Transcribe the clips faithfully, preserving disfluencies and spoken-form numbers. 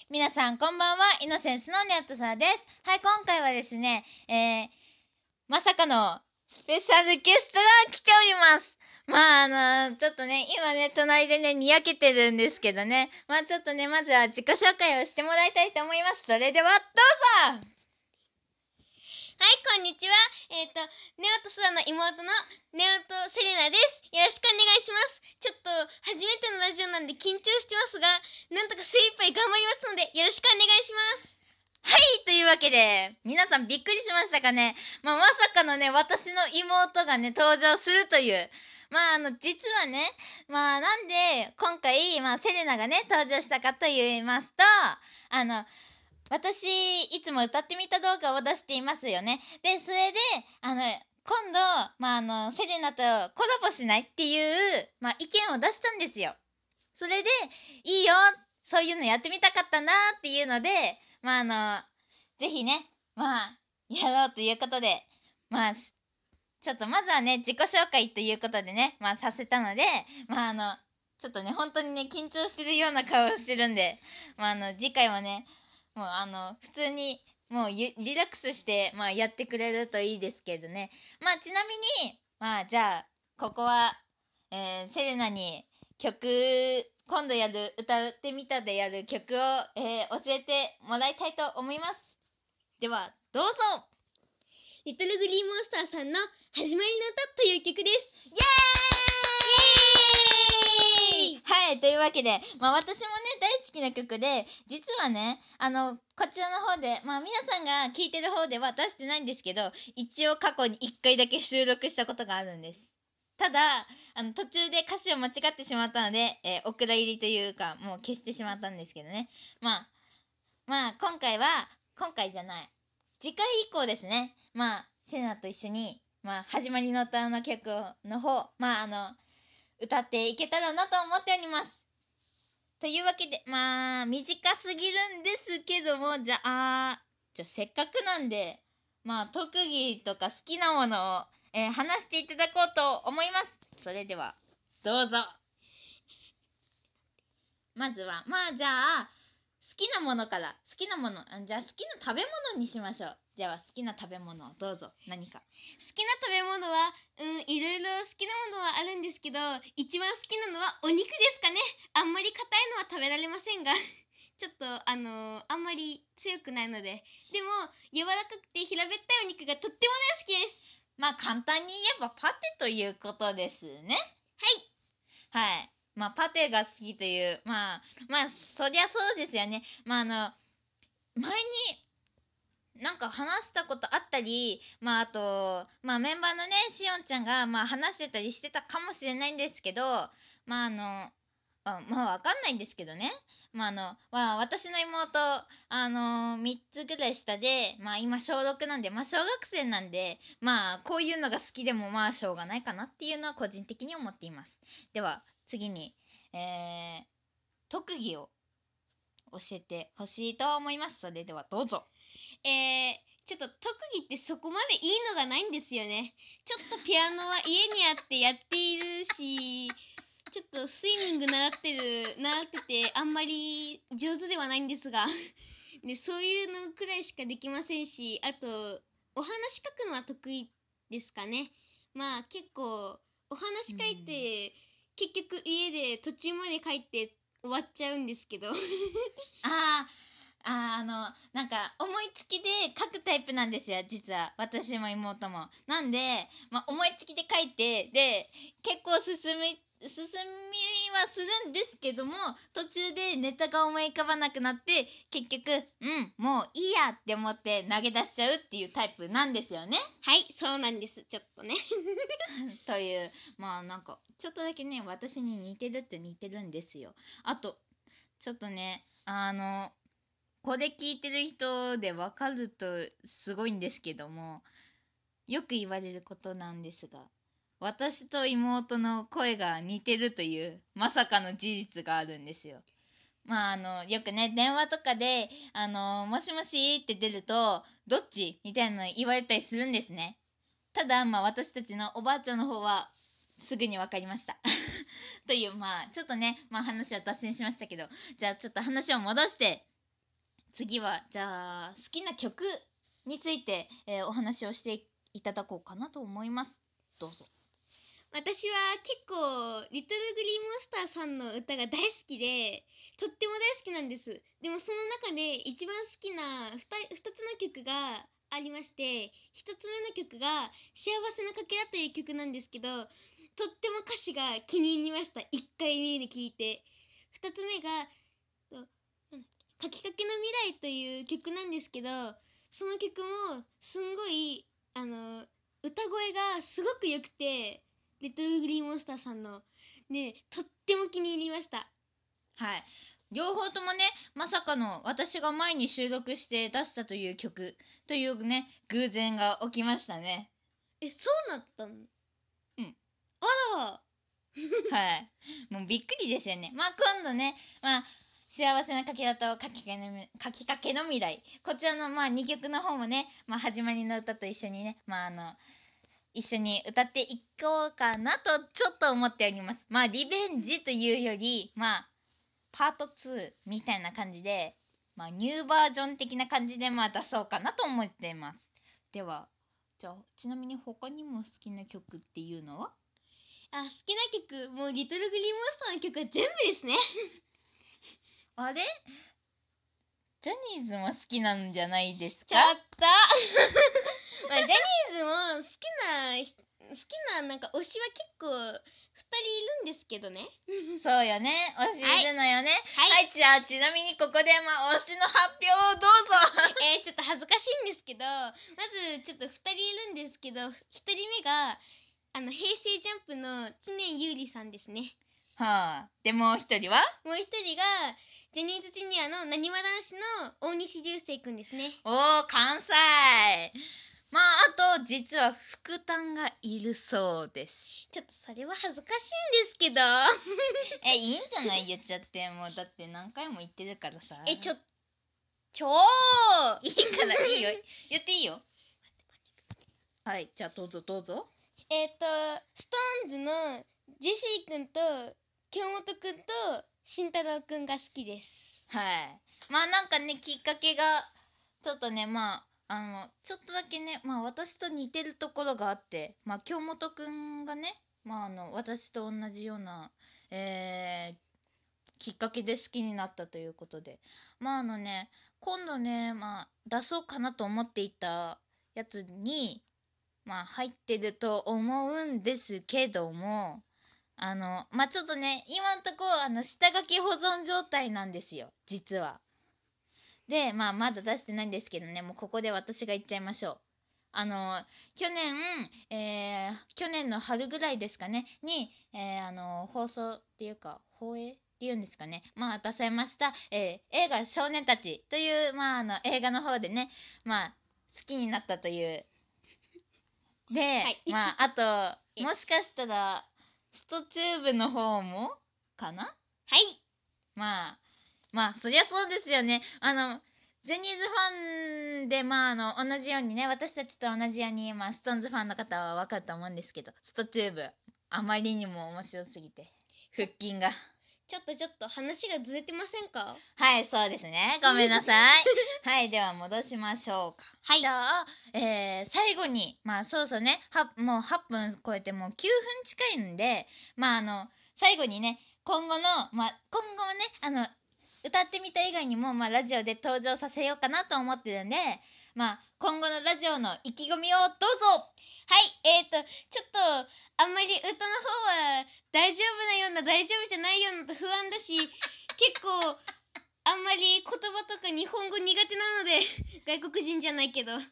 皆さんこんばんは。イノセンスのネオトサです。はい、今回はですね、えー、まさかのスペシャルゲストが来ております。まああのちょっとね、今ね隣でねにやけてるんですけどね、まあちょっとね、まずは自己紹介をしてもらいたいと思います。それではどうぞ。 はい、こんにちは。えっ、ー、と、ネオとスダの妹のネオとセレナです。よろしくお願いします。ちょっと、初めてのラジオなんで緊張してますが、なんとか精一杯頑張りますので、よろしくお願いします。 はい、というわけで、皆さんびっくりしましたかね。まあ、まさかのね、私の妹がね、登場するという。まあ、あの、実はね、まあ、なんで、今回、まあ、セレナがね、登場したかと言いますと、あの、私いつも歌ってみた動画を出していますよね。でそれであの今度、まあ、あのセレナとコラボしないっていう、まあ、意見を出したんですよ。それでいいよ、そういうのやってみたかったなっていうので、まああのぜひね、まあやろうということで、まあちょっとまずはね自己紹介ということでね、まあさせたので、まああのちょっとね本当にね緊張してるような顔をしてるんで、まああの次回はねもうあの普通にもうリラックスして、まあ、やってくれるといいですけどね。まあちなみにまあじゃあここは、えー、セレナに曲今度やる歌ってみたでやる曲を、えー、教えてもらいたいと思います。ではどうぞ。 リトルグリーンモンスターさんの始まりの歌という曲です。イエーイイエーイ。はい、というわけで、まあ私もね大好きな曲で、実はねあのこちらの方で、まあ皆さんが聴いてる方では出してないんですけど、一応過去にいっかいだけ収録したことがあるんです。ただあの途中で歌詞を間違ってしまったので、えー、お蔵入りというかもう消してしまったんですけどね。まあまあ今回は今回じゃない次回以降ですね。まあセナと一緒に、まあ、始まりの歌の曲の方、まああの歌っていけたらなと思っております。というわけで、まあ短すぎるんですけども、じゃあじゃあせっかくなんで、まあ特技とか好きなものを、えー、話していただこうと思います。それではどうぞ。まずはまあじゃあ好きなものから、好きなもの、じゃあ好きな食べ物にしましょう。じゃあ好きな食べ物をどうぞ。何か好きな食べ物は、うん、いろいろ好きなものはあるんですけど、一番好きなのはお肉ですかね。あんまり硬いのは食べられませんがちょっとあのー、あんまり強くないので、でも柔らかくて平べったいお肉がとっても大好きです。 まあ簡単に言えばパテということですね。はいはい。まあパテが好きという、まあまあそりゃそうですよね。まああの前になんか話したことあったり、まああとまあメンバーのねしおんちゃんがまあ話してたりしてたかもしれないんですけど、まああのあまあわかんないんですけどね。まああの、まあ、私の妹あのみっつぐらい下で、まあ今小ろくなんで、まあ小学生なんで、まあこういうのが好きでもまあしょうがないかなっていうのは個人的に思っています。では次に、えー、特技を教えてほしいと思います。それではどうぞ。 えー、ちょっと特技ってそこまでいいのがないんですよね。ちょっとピアノは家にあってやっているし、ちょっとスイミング習ってる習っててあんまり上手ではないんですがでそういうのくらいしかできませんし、あとお話書くのは得意ですかね。まあ結構お話書いて、結局家で途中まで書いて終わっちゃうんですけどああああのなんか思いつきで書くタイプなんですよ、実は私も妹も。なんで、まあ、思いつきで書いて、で結構進み進みはするんですけども、途中でネタが思い浮かばなくなって、結局うんもういいやって思って投げ出しちゃうっていうタイプなんですよね。 はい、そうなんです。ちょっとねというまあなんかちょっとだけね私に似てるって似てるんですよ。あとちょっとねあのこれ聞いてる人でわかるとすごいんですけども、よく言われることなんですが、私と妹の声が似てるというまさかの事実があるんですよ。まああのよくね電話とかであのもしもしって出るとどっちみたいなの言われたりするんですね。ただまあ私たちのおばあちゃんの方はすぐに分かりましたという、まあちょっとね、まあ話は脱線しましたけど、じゃあちょっと話を戻して、 次はじゃあ好きな曲について、えーお話をしていただこうかなと思います。どうぞ。 私は結構リトルグリーンモンスターさんの歌が大好きで、とっても大好きなんです。でもその中で一番好きな 2, 2つの曲がありまして、ひとつめの曲が幸せのかけらという曲なんですけど、とっても歌詞が気に入りました。いっかいめで聴いて。ふたつめがとなんだっけかきかけの未来という曲なんですけど、その曲もすんごいあの歌声がすごく良くて、リトルグリーンモンスターさんのね、とっても気に入りました。 はい。両方ともね、まさかの私が前に収録して出したという曲というね、偶然が起きましたね。 え、そうなったの？ うんあら。 はい。もうびっくりですよね。まあ今度ね、まあ幸せなかけらとかきかけのみかきかけの未来、こちらのまあにきょくの方もね、まあ始まりの歌と一緒にね、まああの一緒に歌っていこうかなとちょっと思っております。まあリベンジというより、まあパートツーみたいな感じで、まあニューバージョン的な感じでまあ出そうかなと思っています。では、じゃあちなみに他にも好きな曲っていうのは？ あ、好きな曲、もうリトルグリーンモンスターの曲は全部ですね。 あれ？ジャニーズも好きなんじゃないですちょか？ っとまあジャニーズも好きなひ好きななんか推しは結構ふたりいるんですけどね。 そうよね。推しいるのよね。 はい、 はい、じゃあちなみにここでまあ推しの発表をどうぞ。 えー、ちょっと恥ずかしいんですけど、まずちょっとふたりいるんですけど、ひとりめがあの平成ジャンプの知念優里さんですね。 はあ。でもう一人は？ もう一人がジャニーズジュニアのなにわ男子の大西流星くんですね。 おー、関西。まああと実は福丹がいるそうです。 ちょっとそれは恥ずかしいんですけどえ、いいんじゃない？言っちゃって。もうだって何回も言ってるからさ。 え、ちょちょーいいからいいよ。言っていいよ。はい、じゃあどうぞどうぞ。 えっ、とストーンズのジェシーくんと京本くんと慎太郎くんが好きです。 はい。まあなんかね、きっかけがちょっとね、まああのちょっとだけね、まあ私と似てるところがあって、まあ京本くんがね、まああの私と同じような、えーきっかけで好きになったということで、まああのね、今度ね、まあ出そうかなと思っていたやつに、まあ入ってると思うんですけども、あのまあちょっとね、今んとこあの下書き保存状態なんですよ、実は。で、まあまだ出してないんですけどね、もうここで私が言っちゃいましょう。あの去年、えー去年の春ぐらいですかねに、えーあの放送っていうか放映っていうんですかね、まあ出されました、えー映画少年たちという、まあ、あの映画の方でね、まあ好きになったというで、 はいまああともしかしたらストチューブの方もかな。 はい。 まあまあそりゃそうですよね。あのジャニーズファンでまああの同じようにね、私たちと同じように、まあ、ストーンズファンの方は分かると思うんですけど、ストチューブあまりにも面白すぎて腹筋がちょっとちょっと話がずれてませんか？ はい、そうですね、ごめんなさい。はい、では戻しましょうか。 はい。 じゃあ、えー最後にまあそろそろね、はもうはっぷん超えてもうきゅうふん近いんで、まああの最後にね、今後のまあ今後はね、あの歌ってみた以外にも、まあ、ラジオで登場させようかなと思ってるんで、まあ今後のラジオの意気込みをどうぞ。 はい、えーと、ちょっと、あんまり歌の方は大丈夫なような、大丈夫じゃないようなと不安だし、結構、あんまり言葉とか日本語苦手なので、外国人じゃないけど。でも、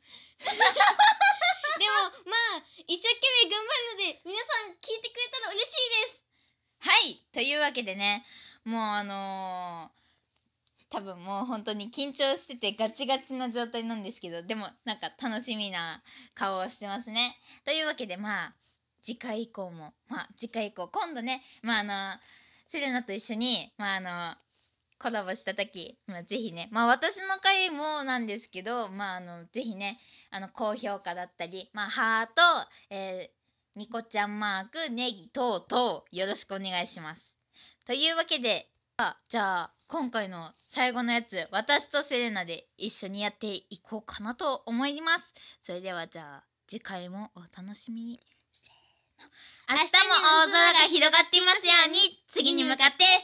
まあ、一生懸命頑張るので、皆さん聞いてくれたら嬉しいです。 はい、というわけでね、もうあのー多分もう本当に緊張しててガチガチな状態なんですけど、でもなんか楽しみな顔をしてますね。というわけでまあ次回以降もまあ次回以降今度ね、まああのセレナと一緒にまああのコラボした時、まあ、ぜひね、まあ私の回もなんですけど、まああのぜひね、あの高評価だったり、まあハート、えー、ニコちゃんマーク、ネギ等々よろしくお願いします。というわけでじゃあ今回の最後のやつ、私とセレナで一緒にやっていこうかなと思います。それではじゃあ次回もお楽しみに。せーの。明日も大空が広がっていますように。次に向かって